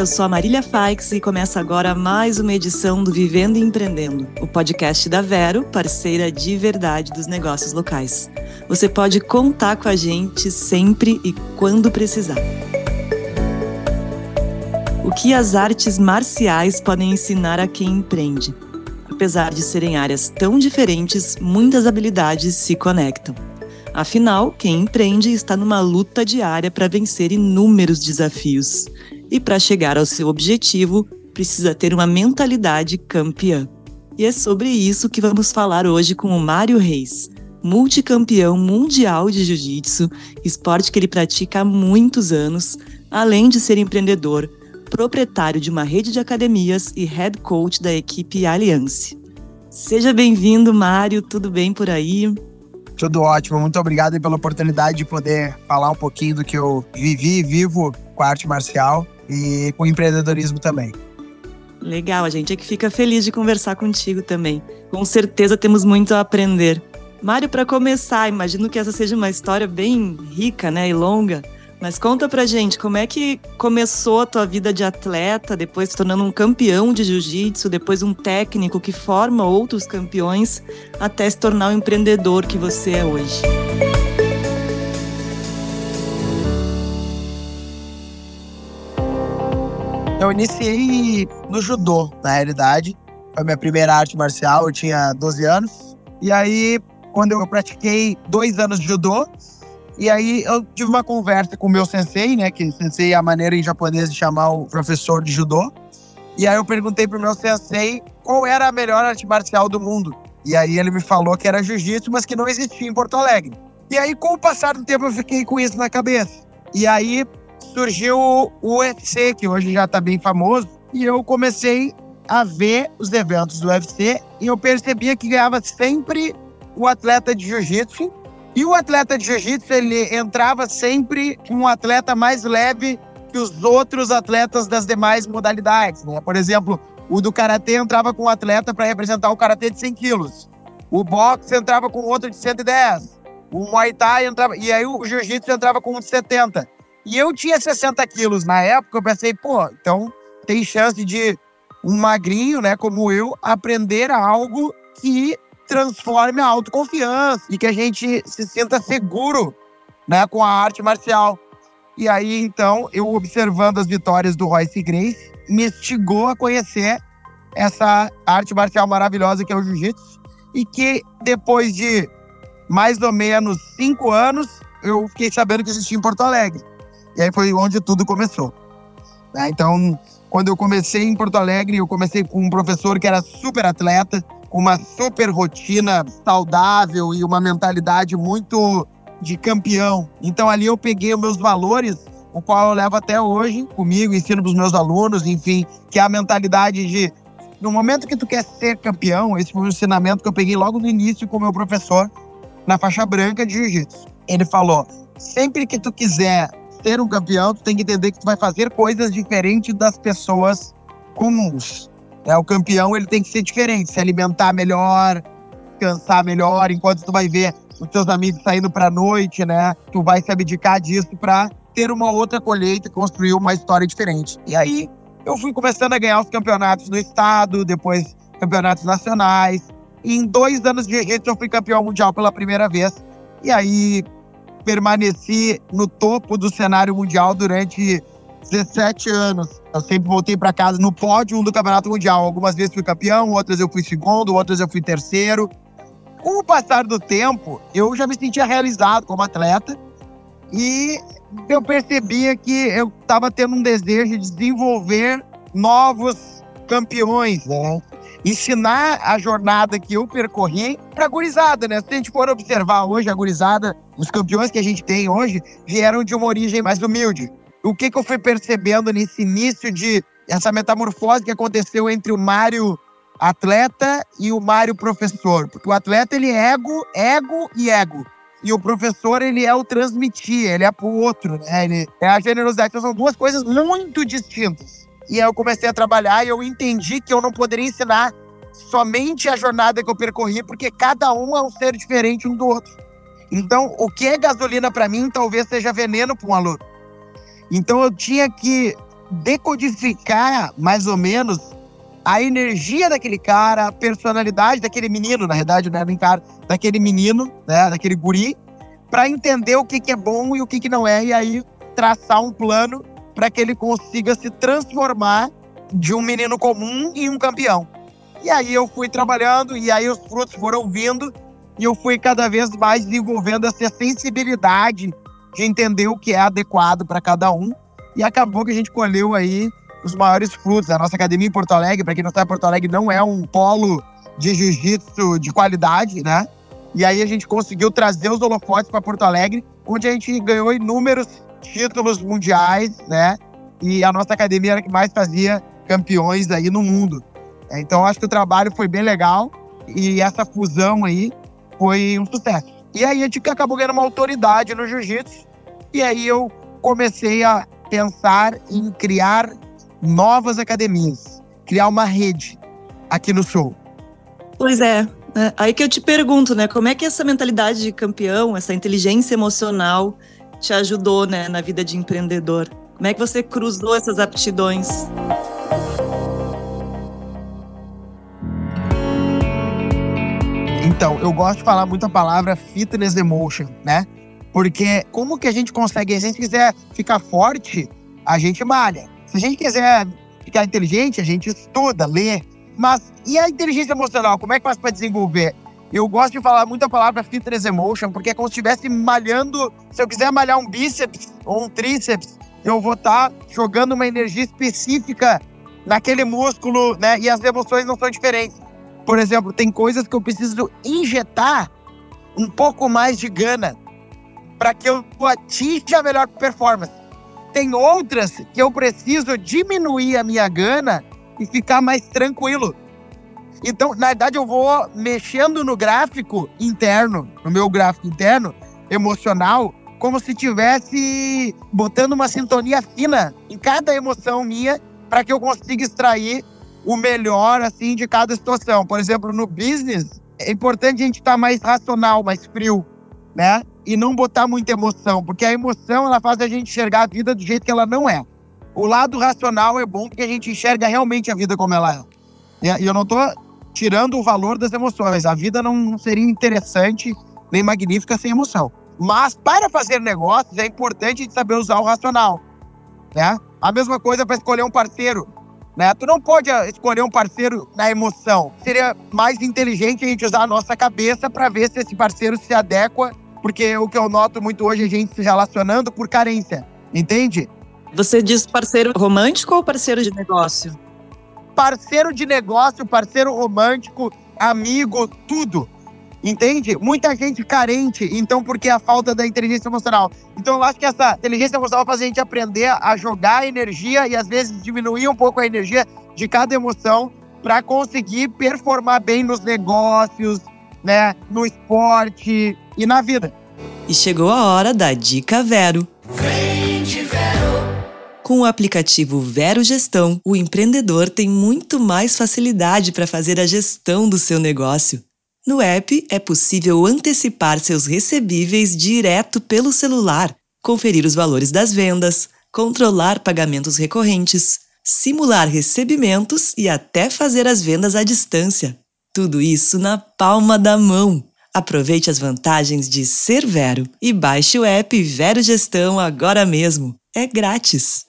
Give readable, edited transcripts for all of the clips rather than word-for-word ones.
eu sou a Marília Faix e começa agora mais uma edição do Vivendo e Empreendendo, o podcast da Vero, parceira de verdade dos negócios locais. Você pode contar com a gente sempre e quando precisar. O que as artes marciais podem ensinar a quem empreende? Apesar de serem áreas tão diferentes, muitas habilidades se conectam. Afinal, quem empreende está numa luta diária para vencer inúmeros desafios. E para chegar ao seu objetivo, precisa ter uma mentalidade campeã. E é sobre isso que vamos falar hoje com o Mário Reis, multicampeão mundial de jiu-jitsu, esporte que ele pratica há muitos anos, além de ser empreendedor, proprietário de uma rede de academias e head coach da equipe Aliança. Seja bem-vindo, Mário, tudo bem por aí? Tudo ótimo, muito obrigado pela oportunidade de poder falar um pouquinho do que eu vivi e vivo com a arte marcial e com o empreendedorismo também. Legal, a gente é que fica feliz de conversar contigo também. Com certeza temos muito a aprender. Mário, para começar, imagino que essa seja uma história bem rica, né, e longa, mas conta pra gente, como é que começou a tua vida de atleta, depois se tornando um campeão de jiu-jitsu, depois um técnico que forma outros campeões, até se tornar o empreendedor que você é hoje? Eu iniciei no judô, na realidade. Foi a minha primeira arte marcial, eu tinha 12 anos. E aí, quando eu pratiquei 2 anos de judô, e aí eu tive uma conversa com o meu sensei, né? Que sensei é a maneira em japonês de chamar o professor de judô. E aí eu perguntei pro meu sensei qual era a melhor arte marcial do mundo. E aí ele me falou que era jiu-jitsu, mas que não existia em Porto Alegre. E aí, com o passar do tempo, eu fiquei com isso na cabeça. E aí surgiu o UFC, que hoje já tá bem famoso. E eu comecei a ver os eventos do UFC e eu percebia que ganhava sempre o atleta de jiu-jitsu. E o atleta de jiu-jitsu, ele entrava sempre com um atleta mais leve que os outros atletas das demais modalidades, né? Por exemplo, o do karatê entrava com um atleta para representar o karatê de 100 quilos. O boxe entrava com outro de 110. O muay thai entrava... E aí o jiu-jitsu entrava com um de 70. E eu tinha 60 quilos na época, eu pensei, então tem chance de um magrinho, né, como eu, aprender algo que transforme a autoconfiança e que a gente se sinta seguro, né, com a arte marcial. E aí, então, eu observando as vitórias do Royce Gracie, me instigou a conhecer essa arte marcial maravilhosa que é o jiu-jitsu e que depois de mais ou menos 5 anos, eu fiquei sabendo que existia em Porto Alegre. E aí foi onde tudo começou. Né? Então, quando eu comecei em Porto Alegre, eu comecei com um professor que era super atleta, com uma super rotina saudável e uma mentalidade muito de campeão. Então ali eu peguei os meus valores, o qual eu levo até hoje comigo, ensino para os meus alunos, enfim, que é a mentalidade de, no momento que tu quer ser campeão, esse foi um ensinamento que eu peguei logo no início com o meu professor na faixa branca de jiu-jitsu. Ele falou, sempre que tu quiser ser um campeão, tu tem que entender que tu vai fazer coisas diferentes das pessoas comuns. O campeão, ele tem que ser diferente, se alimentar melhor, descansar melhor, enquanto tu vai ver os teus amigos saindo pra noite, né? Tu vai se abdicar disso pra ter uma outra colheita e construir uma história diferente. E aí, eu fui começando a ganhar os campeonatos no estado, depois campeonatos nacionais. E em 2 anos de jiu-jitsu, eu fui campeão mundial pela primeira vez. E aí, permaneci no topo do cenário mundial durante 17 anos. Eu sempre voltei para casa no pódio do Campeonato Mundial. Algumas vezes fui campeão, outras eu fui segundo, outras eu fui terceiro. Com o passar do tempo, eu já me sentia realizado como atleta e eu percebia que eu estava tendo um desejo de desenvolver novos campeões, né? Ensinar a jornada que eu percorri para a gurizada, né? Se a gente for observar hoje a gurizada, os campeões que a gente tem hoje vieram de uma origem mais humilde. O que eu fui percebendo nesse início de essa metamorfose que aconteceu entre o Mário atleta e o Mário professor? Porque o atleta, ele é ego e ego. E o professor, ele é o transmitir, ele é pro outro, né? Ele é a generosidade. Então são 2 coisas muito distintas. E aí eu comecei a trabalhar e eu entendi que eu não poderia ensinar somente a jornada que eu percorri, porque cada um é um ser diferente um do outro. Então, o que é gasolina para mim, talvez seja veneno para um aluno. Então, eu tinha que decodificar mais ou menos a energia daquele cara, a personalidade daquele menino, na verdade, não era nem cara, daquele menino, né, daquele guri, para entender o que é bom e o que não é, e aí traçar um plano para que ele consiga se transformar de um menino comum em um campeão. E aí eu fui trabalhando, e aí os frutos foram vindo, e eu fui cada vez mais desenvolvendo essa sensibilidade de entender o que é adequado para cada um. E acabou que a gente colheu aí os maiores frutos. A nossa academia em Porto Alegre, para quem não sabe, Porto Alegre não é um polo de jiu-jitsu de qualidade, né? E aí a gente conseguiu trazer os holofotes para Porto Alegre, onde a gente ganhou inúmeros títulos mundiais, né? E a nossa academia era a que mais fazia campeões aí no mundo. Então acho que o trabalho foi bem legal e essa fusão aí foi um sucesso. E aí a gente acabou ganhando uma autoridade no jiu-jitsu, e aí eu comecei a pensar em criar novas academias, criar uma rede aqui no Sul. Pois é, aí que eu te pergunto, né, como é que essa mentalidade de campeão, essa inteligência emocional te ajudou, né, na vida de empreendedor? Como é que você cruzou essas aptidões? Então, eu gosto de falar muito a palavra fitness emotion, né? Porque como que a gente consegue, se a gente quiser ficar forte, a gente malha. Se a gente quiser ficar inteligente, a gente estuda, lê. Mas e a inteligência emocional, como é que faz para desenvolver? Eu gosto de falar muito a palavra fitness emotion, porque é como se estivesse malhando. Se eu quiser malhar um bíceps ou um tríceps, eu vou estar jogando uma energia específica naquele músculo, né? E as emoções não são diferentes. Por exemplo, tem coisas que eu preciso injetar um pouco mais de gana para que eu atinja a melhor performance. Tem outras que eu preciso diminuir a minha gana e ficar mais tranquilo. Então, na verdade, eu vou mexendo no gráfico interno, no meu gráfico interno, emocional, como se estivesse botando uma sintonia fina em cada emoção minha para que eu consiga extrair o melhor, assim, de cada situação. Por exemplo, no business, é importante a gente estar mais racional, mais frio, né? E não botar muita emoção, porque a emoção, ela faz a gente enxergar a vida do jeito que ela não é. O lado racional é bom porque a gente enxerga realmente a vida como ela é. E eu não tô tirando o valor das emoções. A vida não seria interessante nem magnífica sem emoção. Mas para fazer negócios, é importante a gente saber usar o racional, né? A mesma coisa para escolher um parceiro, né? Tu não pode escolher um parceiro na emoção. Seria mais inteligente a gente usar a nossa cabeça para ver se esse parceiro se adequa, porque o que eu noto muito hoje é a gente se relacionando por carência, entende? Você diz parceiro romântico ou parceiro de negócio? Parceiro de negócio, parceiro romântico, amigo, tudo, entende? Muita gente carente, então porque é a falta da inteligência emocional. Então eu acho que essa inteligência emocional faz a gente aprender a jogar a energia e às vezes diminuir um pouco a energia de cada emoção para conseguir performar bem nos negócios, né, no esporte e na vida. E chegou a hora da Dica Vero. Com o aplicativo Vero Gestão, o empreendedor tem muito mais facilidade para fazer a gestão do seu negócio. No app, é possível antecipar seus recebíveis direto pelo celular, conferir os valores das vendas, controlar pagamentos recorrentes, simular recebimentos e até fazer as vendas à distância. Tudo isso na palma da mão. Aproveite as vantagens de ser Vero e baixe o app Vero Gestão agora mesmo. É grátis.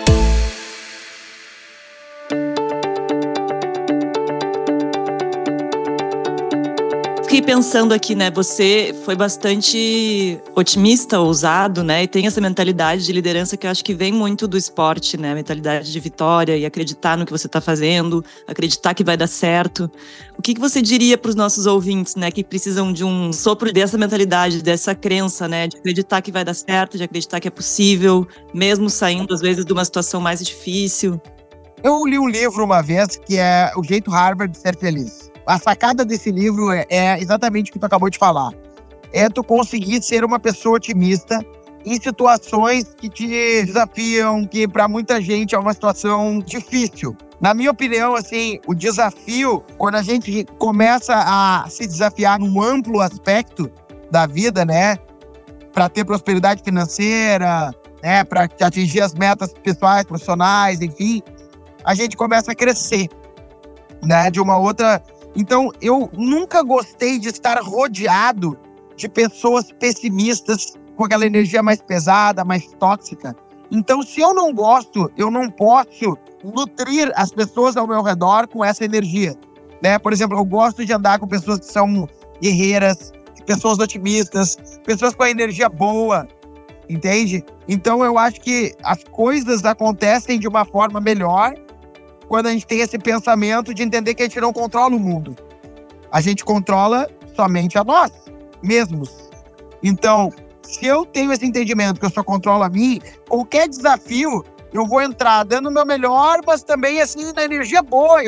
Fiquei pensando aqui, né? Você foi bastante otimista, ousado, né? E tem essa mentalidade de liderança que eu acho que vem muito do esporte, né? A mentalidade de vitória e acreditar no que você está fazendo, acreditar que vai dar certo. O que você diria para os nossos ouvintes, né? Que precisam de um sopro dessa mentalidade, dessa crença, né? De acreditar que vai dar certo, de acreditar que é possível, mesmo saindo, às vezes, de uma situação mais difícil. Eu li um livro uma vez que é O Jeito Harvard de Ser Feliz. A sacada desse livro é exatamente o que tu acabou de falar. É tu conseguir ser uma pessoa otimista em situações que te desafiam, que para muita gente é uma situação difícil. Na minha opinião, assim, o desafio, quando a gente começa a se desafiar num amplo aspecto da vida, né? Para ter prosperidade financeira, né, para atingir as metas pessoais, profissionais, enfim, a gente começa a crescer, né, de uma outra... Então, eu nunca gostei de estar rodeado de pessoas pessimistas, com aquela energia mais pesada, mais tóxica. Então, se eu não gosto, eu não posso nutrir as pessoas ao meu redor com essa energia, né? Por exemplo, eu gosto de andar com pessoas que são guerreiras, pessoas otimistas, pessoas com a energia boa, entende? Então, eu acho que as coisas acontecem de uma forma melhor quando a gente tem esse pensamento de entender que a gente não controla o mundo. A gente controla somente a nós mesmos. Então, se eu tenho esse entendimento que eu só controlo a mim, qualquer desafio, eu vou entrar dando o meu melhor, mas também, assim, na energia boa.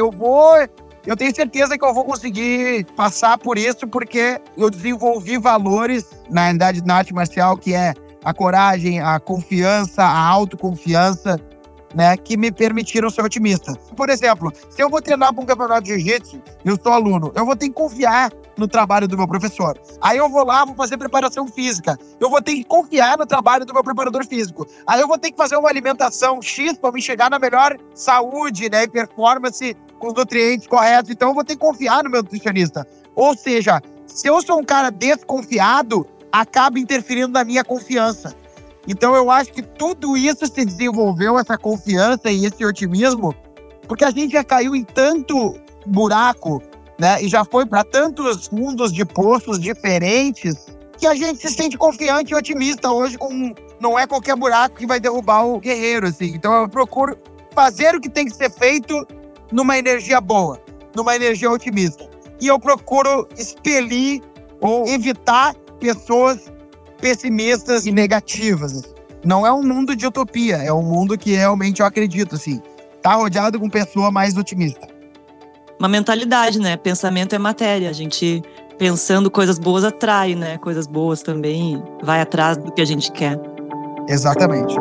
Eu tenho certeza que eu vou conseguir passar por isso, porque eu desenvolvi valores, na realidade, na arte marcial, que é a coragem, a confiança, a autoconfiança, né, que me permitiram ser otimista. Por exemplo, se eu vou treinar para um campeonato de jiu-jitsu, eu sou aluno, eu vou ter que confiar no trabalho do meu professor. Aí eu vou lá, vou fazer preparação física. Eu vou ter que confiar no trabalho do meu preparador físico. Aí eu vou ter que fazer uma alimentação X para me chegar na melhor saúde, né, e performance com os nutrientes corretos. Então eu vou ter que confiar no meu nutricionista. Ou seja, se eu sou um cara desconfiado, acaba interferindo na minha confiança. Então eu acho que tudo isso se desenvolveu, essa confiança e esse otimismo, porque a gente já caiu em tanto buraco, né? E já foi para tantos fundos de poços diferentes que a gente se sente confiante e otimista hoje. Não é qualquer buraco que vai derrubar o guerreiro, assim. Então eu procuro fazer o que tem que ser feito numa energia boa, numa energia otimista. E eu procuro expelir ou evitar pessoas pessimistas e negativas. Não é um mundo de utopia, é um mundo que realmente eu acredito, assim. Tá rodeado com pessoa mais otimista. Uma mentalidade, né? Pensamento é matéria. A gente pensando coisas boas atrai, né? Coisas boas também vai atrás do que a gente quer. Exatamente.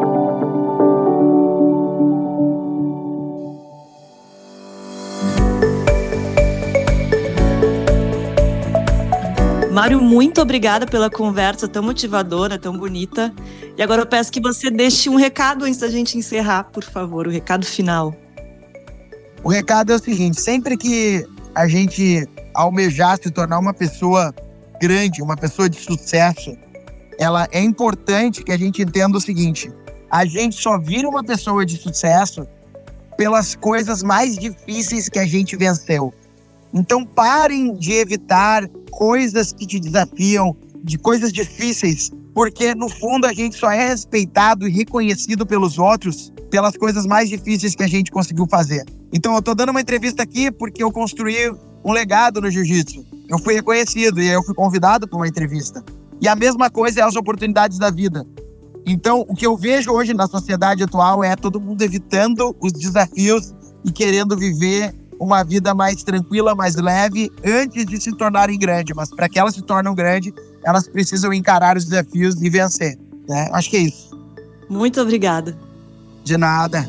Mário, muito obrigada pela conversa tão motivadora, tão bonita. E agora eu peço que você deixe um recado antes da gente encerrar, por favor, o recado final. O recado é o seguinte: sempre que a gente almejar se tornar uma pessoa grande, uma pessoa de sucesso, é importante que a gente entenda o seguinte: a gente só vira uma pessoa de sucesso pelas coisas mais difíceis que a gente venceu. Então parem de evitar coisas que te desafiam, de coisas difíceis, porque no fundo a gente só é respeitado e reconhecido pelos outros pelas coisas mais difíceis que a gente conseguiu fazer. Então eu tô dando uma entrevista aqui porque eu construí um legado no jiu-jitsu. Eu fui reconhecido e eu fui convidado para uma entrevista. E a mesma coisa é as oportunidades da vida. Então o que eu vejo hoje na sociedade atual é todo mundo evitando os desafios e querendo viver uma vida mais tranquila, mais leve, antes de se tornarem grandes. Mas para que elas se tornem grandes, elas precisam encarar os desafios e vencer, né? Acho que é isso. Muito obrigada. De nada.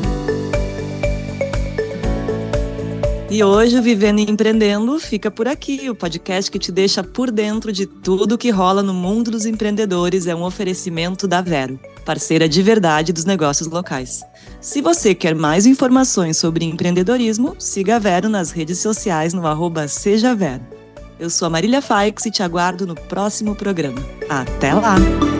E hoje o Vivendo e Empreendendo fica por aqui. O podcast que te deixa por dentro de tudo que rola no mundo dos empreendedores é um oferecimento da Vero, parceira de verdade dos negócios locais. Se você quer mais informações sobre empreendedorismo, siga a Vero nas redes sociais no @SejaVero. Eu sou a Marília Faix e te aguardo no próximo programa. Até lá!